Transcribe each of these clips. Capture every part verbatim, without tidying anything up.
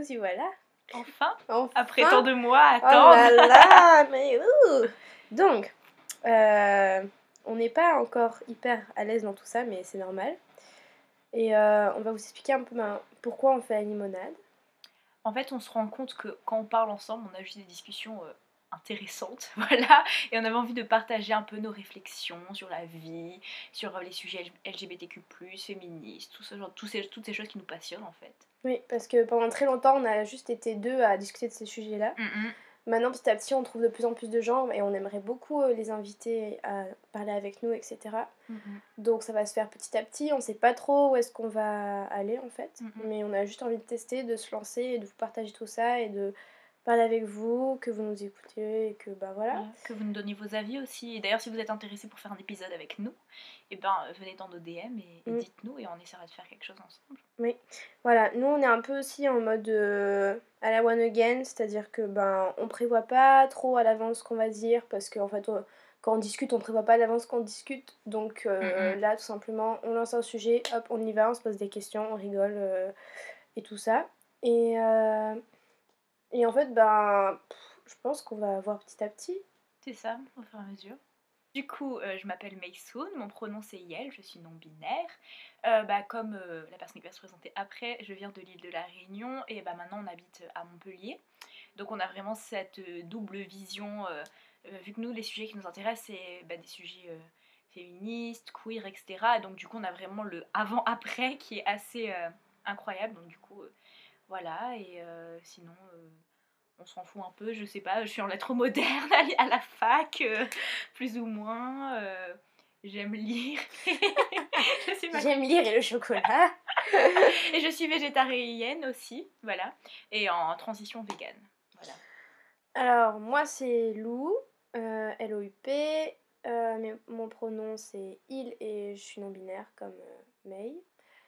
y voilà. Enfin, enfin. Après tant de mois à Oh attendre. là là, mais ouh. Donc, euh, on n'est pas encore hyper à l'aise dans tout ça, mais c'est normal. Et euh, on va vous expliquer un peu ben, pourquoi on fait la limonade. En fait, on se rend compte que quand on parle ensemble, on a juste des discussions euh, intéressantes, voilà. Et on avait envie de partager un peu nos réflexions sur la vie, sur euh, les sujets L G B T Q plus, féministes, tout ce genre, tous ces, toutes ces choses qui nous passionnent en fait. Oui, parce que pendant très longtemps, on a juste été deux à discuter de ces sujets-là. Mm-mm. Maintenant, petit à petit, on trouve de plus en plus de gens et on aimerait beaucoup euh, les inviter à parler avec nous, et cetera. Mm-mm. Donc ça va se faire petit à petit. On sait pas trop où est-ce qu'on va aller en fait. Mm-mm. Mais on a juste envie de tester, de se lancer et de vous partager tout ça et de parler avec vous, que vous nous écoutiez et que bah voilà. Voilà, que vous nous donniez vos avis aussi. Et d'ailleurs, si vous êtes intéressés pour faire un épisode avec nous, et ben euh, venez dans nos D M et, et Mm. dites-nous et on essaiera de faire quelque chose ensemble. Oui, voilà. Nous, on est un peu aussi en mode euh, à la one again, c'est-à-dire que ben on prévoit pas trop à l'avance ce qu'on va dire parce qu'en fait on- quand on discute, on prévoit pas à l'avance qu'on discute. Donc euh, Mm-mm. là, tout simplement, on lance un sujet, hop, on y va, on se pose des questions, on rigole euh, et tout ça. Et euh, et en fait, ben pff, je pense qu'on va voir petit à petit. C'est ça, au fur et à mesure. Du coup, euh, je m'appelle Maysoon, mon pronom c'est Yel, je suis non-binaire. Euh, bah, comme euh, la personne qui va se présenter après, je viens de l'île de la Réunion et bah, maintenant on habite à Montpellier. Donc on a vraiment cette euh, double vision, euh, euh, vu que nous les sujets qui nous intéressent c'est bah, des sujets euh, féministes, queer, et cetera. Donc du coup on a vraiment le avant-après qui est assez euh, incroyable. Donc du coup, euh, voilà, et euh, sinon... euh, on s'en fout un peu, je sais pas, je suis en lettres modernes à la fac, euh, plus ou moins. Euh, j'aime lire. je suis ma- J'aime lire et le chocolat. Et je suis végétarienne aussi, voilà. Et en transition végane, voilà. Alors, moi c'est Lou, euh, L O U P, euh, mais mon pronom c'est il et je suis non-binaire comme euh, May.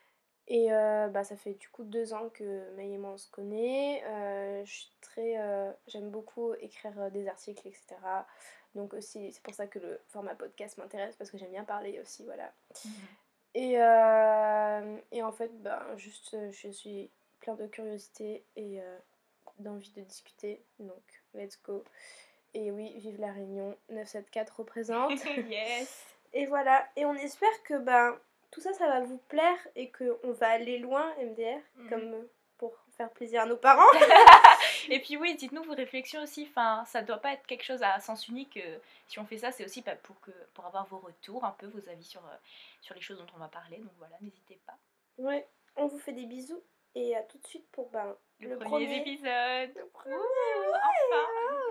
Et euh, bah, ça fait du coup deux ans que May et moi on se connaît. Euh, je suis très, euh, j'aime beaucoup écrire euh, des articles, et cetera. Donc aussi, c'est pour ça que le format podcast m'intéresse parce que j'aime bien parler aussi, voilà. Mhm. Et, euh, et en fait, ben, juste, euh, je suis plein de curiosité et euh, d'envie de discuter. Donc, let's go. Et oui, vive la Réunion, neuf cent soixante-quatorze représente. Yes. Et voilà, et on espère que ben, tout ça, ça va vous plaire et qu'on va aller loin, M D R, Mhm. comme euh, pour faire plaisir à nos parents. Et puis oui, dites-nous vos réflexions aussi, enfin, ça doit pas être quelque chose à sens unique. euh, si on fait ça, c'est aussi bah, pour, que, pour avoir vos retours, un peu vos avis sur, euh, sur les choses dont on va parler. Donc voilà, n'hésitez pas. Ouais, on vous fait des bisous et à tout de suite pour ben, Le, le premier, premier épisode. Le premier, Ouh, ouais, enfin.